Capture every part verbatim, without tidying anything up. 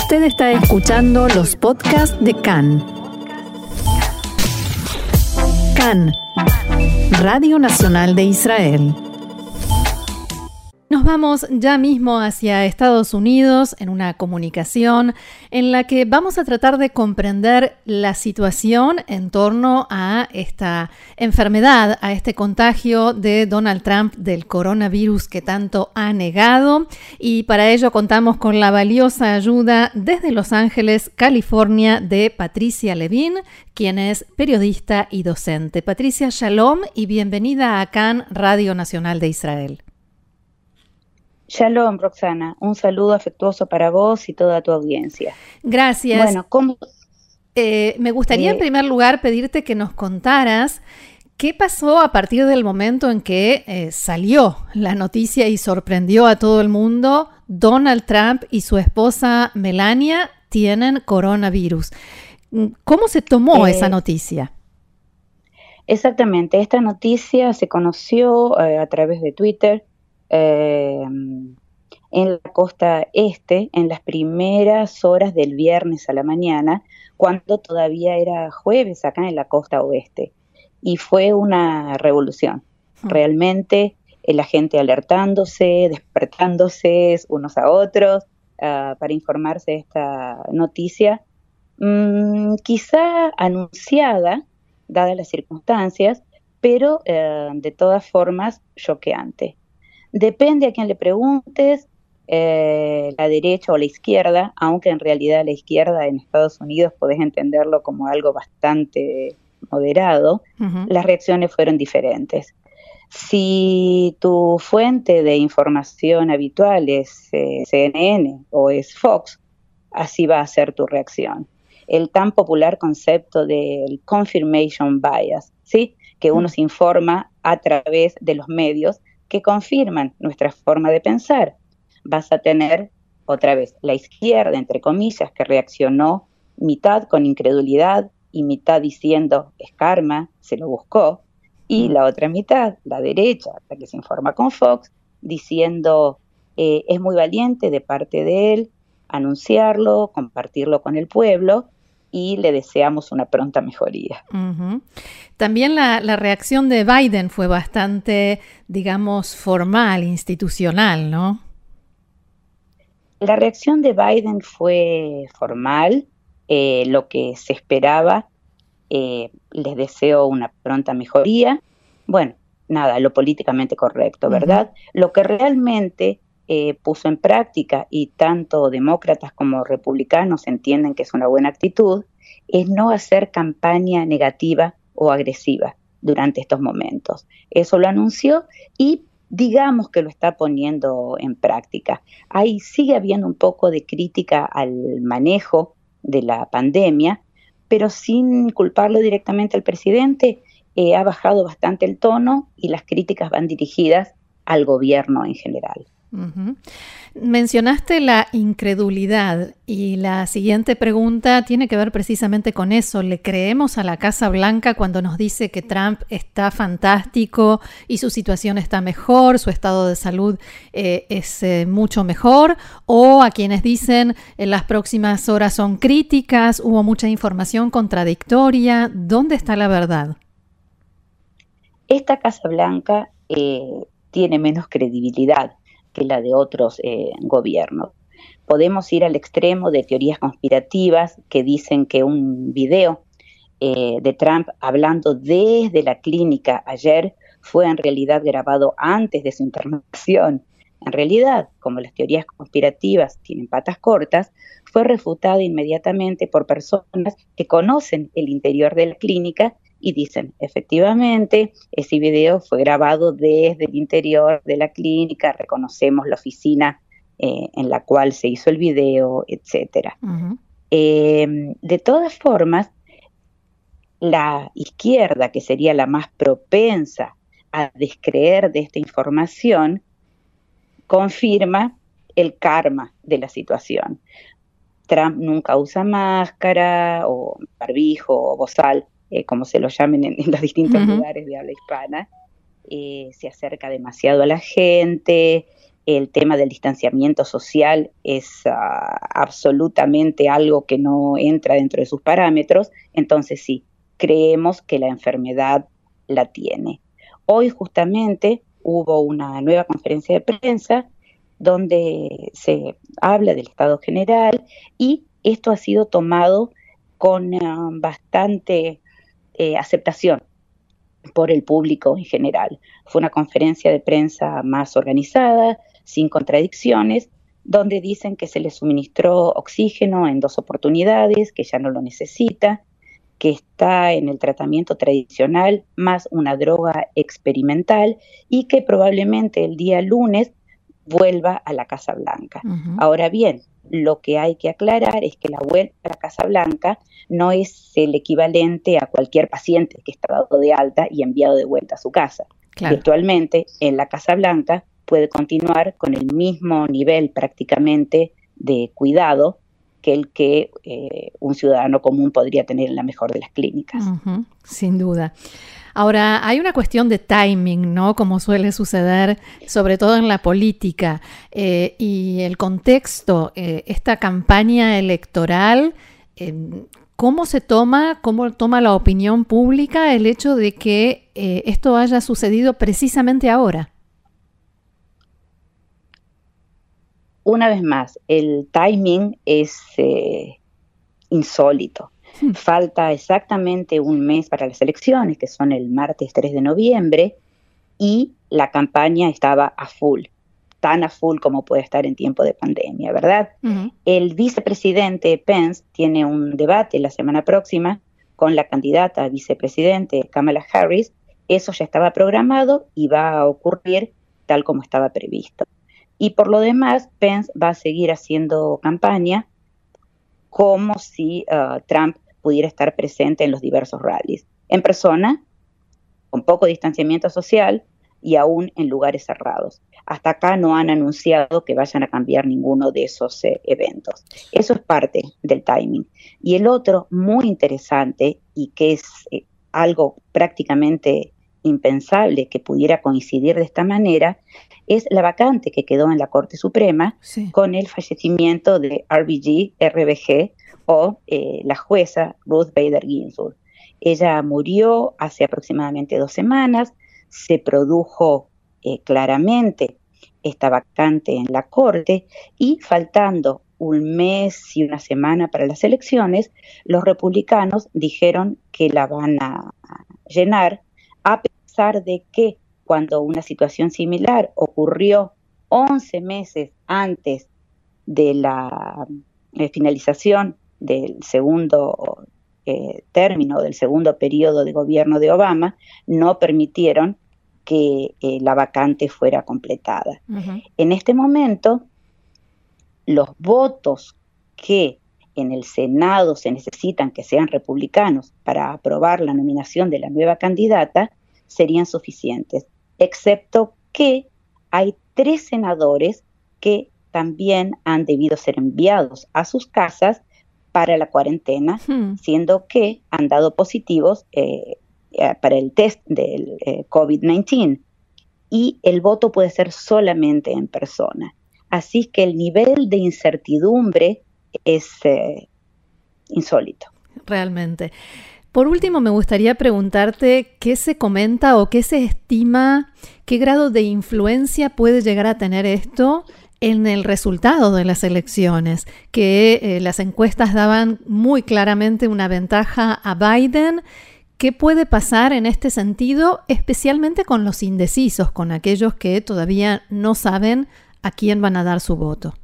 Usted está escuchando los podcasts de C A N. C A N, Radio Nacional de Israel. Nos vamos ya mismo hacia Estados Unidos en una comunicación en la que vamos a tratar de comprender la situación en torno a esta enfermedad, a este contagio de Donald Trump del coronavirus que tanto ha negado. Y para ello contamos con la valiosa ayuda desde Los Ángeles, California, de Patricia Levin, quien es periodista y docente. Patricia, shalom y bienvenida a C A N, Radio Nacional de Israel. Shalom, Roxana. Un saludo afectuoso para vos y toda tu audiencia. Gracias. Bueno, ¿cómo? Eh, me gustaría eh, en primer lugar pedirte que nos contaras qué pasó a partir del momento en que eh, salió la noticia y sorprendió a todo el mundo. Donald Trump y su esposa Melania tienen coronavirus. ¿Cómo se tomó eh, esa noticia? Exactamente. Esta noticia se conoció eh, a través de Twitter. Eh, en la costa este, en las primeras horas del viernes a la mañana, cuando todavía era jueves acá en la costa oeste. Y fue una revolución. Hmm. Realmente eh, la gente alertándose, despertándose unos a otros uh, para informarse de esta noticia, mm, quizá anunciada, dadas las circunstancias, pero uh, de todas formas choqueante. Depende a quién le preguntes, eh, la derecha o la izquierda, aunque en realidad la izquierda en Estados Unidos podés entenderlo como algo bastante moderado, uh-huh. Las reacciones fueron diferentes. Si tu fuente de información habitual es eh, C N N o es Fox, así va a ser tu reacción. El tan popular concepto del confirmation bias, ¿sí? Que uno uh-huh. se informa a través de los medios que confirman nuestra forma de pensar. Vas a tener, otra vez, la izquierda, entre comillas, que reaccionó mitad con incredulidad y mitad diciendo, es karma, se lo buscó, y la otra mitad, la derecha, la que se informa con Fox, diciendo, eh, es muy valiente de parte de él anunciarlo, compartirlo con el pueblo, y le deseamos una pronta mejoría. Uh-huh. También la, la reacción de Biden fue bastante, digamos, formal, institucional, ¿no? La reacción de Biden fue formal, eh, lo que se esperaba. Eh, les deseo una pronta mejoría. Bueno, nada, lo políticamente correcto, ¿verdad? Uh-huh. Lo que realmente eh, puso en práctica, y tanto demócratas como republicanos entienden que es una buena actitud, es no hacer campaña negativa o agresiva durante estos momentos. Eso lo anunció y digamos que lo está poniendo en práctica. Ahí sigue habiendo un poco de crítica al manejo de la pandemia, pero sin culparlo directamente al presidente, eh, ha bajado bastante el tono y las críticas van dirigidas al gobierno en general. Uh-huh. Mencionaste la incredulidad y la siguiente pregunta tiene que ver precisamente con eso. ¿Le creemos a la Casa Blanca cuando nos dice que Trump está fantástico y su situación está mejor, su estado de salud eh, es eh, mucho mejor? ¿O a quienes dicen en las próximas horas son críticas, hubo mucha información contradictoria? ¿Dónde está la verdad? Esta Casa Blanca eh, tiene menos credibilidad que la de otros eh, gobiernos. Podemos ir al extremo de teorías conspirativas que dicen que un video eh, de Trump hablando desde la clínica ayer fue en realidad grabado antes de su internación. En realidad, como las teorías conspirativas tienen patas cortas, fue refutada inmediatamente por personas que conocen el interior de la clínica y dicen, efectivamente, ese video fue grabado desde el interior de la clínica, reconocemos la oficina eh, en la cual se hizo el video, etcétera. Uh-huh. Eh, de todas formas, la izquierda, que sería la más propensa a descreer de esta información, confirma el karma de la situación. Trump nunca usa máscara o barbijo o bozal, Eh, como se lo llamen en, en los distintos uh-huh. lugares de habla hispana, eh, se acerca demasiado a la gente, el tema del distanciamiento social es uh, absolutamente algo que no entra dentro de sus parámetros, entonces sí, creemos que la enfermedad la tiene. Hoy justamente hubo una nueva conferencia de prensa donde se habla del estado general y esto ha sido tomado con uh, bastante eh, aceptación por el público en general. Fue una conferencia de prensa más organizada, sin contradicciones, donde dicen que se le suministró oxígeno en dos oportunidades, que ya no lo necesita, que está en el tratamiento tradicional más una droga experimental y que probablemente el día lunes vuelva a la Casa Blanca. Uh-huh. Ahora bien, lo que hay que aclarar es que la vuelta a la Casa Blanca no es el equivalente a cualquier paciente que está dado de alta y enviado de vuelta a su casa. Claro. Virtualmente, en la Casa Blanca puede continuar con el mismo nivel prácticamente de cuidado que el que eh, un ciudadano común podría tener en la mejor de las clínicas. Uh-huh, sin duda. Ahora, hay una cuestión de timing, ¿no? Como suele suceder, sobre todo en la política, eh, y el contexto, eh, esta campaña electoral, eh, ¿cómo se toma, cómo toma la opinión pública el hecho de que eh, esto haya sucedido precisamente ahora? Una vez más, el timing es eh, insólito. Hmm. Falta exactamente un mes para las elecciones, que son el martes tres de noviembre, y la campaña estaba a full, tan a full como puede estar en tiempo de pandemia, ¿verdad? Uh-huh. El vicepresidente Pence tiene un debate la semana próxima con la candidata a vicepresidente Kamala Harris. Eso ya estaba programado y va a ocurrir tal como estaba previsto. Y por lo demás, Pence va a seguir haciendo campaña como si uh, Trump pudiera estar presente en los diversos rallies, en persona, con poco distanciamiento social y aún en lugares cerrados. Hasta acá no han anunciado que vayan a cambiar ninguno de esos eh, eventos. Eso es parte del timing. Y el otro, muy interesante y que es eh, algo prácticamente impensable que pudiera coincidir de esta manera, es la vacante que quedó en la Corte Suprema sí. con el fallecimiento de R B G, R B G o eh, la jueza Ruth Bader Ginsburg. Ella murió hace aproximadamente dos semanas, se produjo eh, claramente esta vacante en la Corte y faltando un mes y una semana para las elecciones, los republicanos dijeron que la van a llenar, a pesar de que cuando una situación similar ocurrió once meses antes de la eh, finalización del segundo eh, término, del segundo periodo de gobierno de Obama, no permitieron que eh, la vacante fuera completada. Uh-huh. En este momento, los votos que en el Senado se necesitan que sean republicanos para aprobar la nominación de la nueva candidata serían suficientes, excepto que hay tres senadores que también han debido ser enviados a sus casas para la cuarentena, hmm. siendo que han dado positivos eh, eh, para el test del eh, COVID diecinueve y el voto puede ser solamente en persona. Así que el nivel de incertidumbre es eh, insólito. Realmente. Por último, me gustaría preguntarte qué se comenta o qué se estima, qué grado de influencia puede llegar a tener esto en el resultado de las elecciones, que eh, las encuestas daban muy claramente una ventaja a Biden. ¿Qué puede pasar en este sentido, especialmente con los indecisos, con aquellos que todavía no saben a quién van a dar su voto?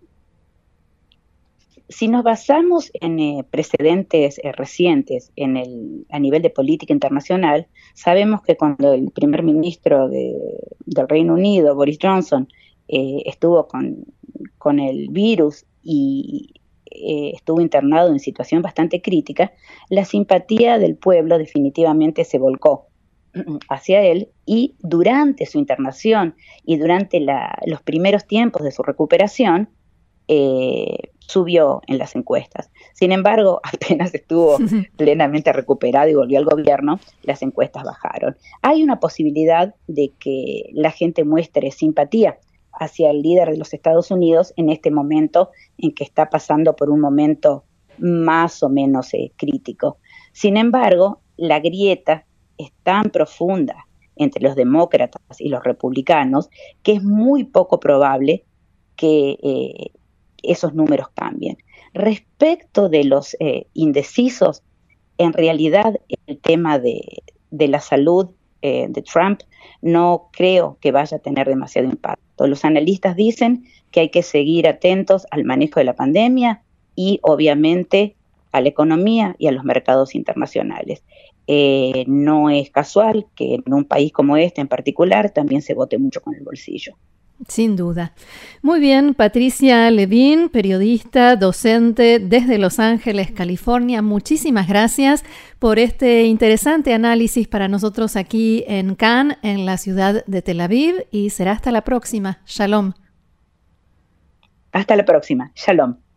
Si nos basamos en eh, precedentes eh, recientes en el, a nivel de política internacional, sabemos que cuando el primer ministro de, del Reino Unido, Boris Johnson, eh, estuvo con, con el virus y eh, estuvo internado en situación bastante crítica, la simpatía del pueblo definitivamente se volcó hacia él y durante su internación y durante la, los primeros tiempos de su recuperación, Eh, subió en las encuestas. Sin embargo, apenas estuvo plenamente recuperado y volvió al gobierno, las encuestas bajaron. Hay una posibilidad de que la gente muestre simpatía hacia el líder de los Estados Unidos en este momento en que está pasando por un momento más o menos eh, crítico. Sin embargo, la grieta es tan profunda entre los demócratas y los republicanos que es muy poco probable que eh, esos números cambien. Respecto de los eh, indecisos, en realidad el tema de, de la salud eh, de Trump no creo que vaya a tener demasiado impacto. Los analistas dicen que hay que seguir atentos al manejo de la pandemia y obviamente a la economía y a los mercados internacionales. Eh, no es casual que en un país como este en particular también se vote mucho con el bolsillo. Sin duda. Muy bien, Patricia Levine, periodista, docente desde Los Ángeles, California. Muchísimas gracias por este interesante análisis para nosotros aquí en Cannes, en la ciudad de Tel Aviv, y será hasta la próxima. Shalom. Hasta la próxima. Shalom.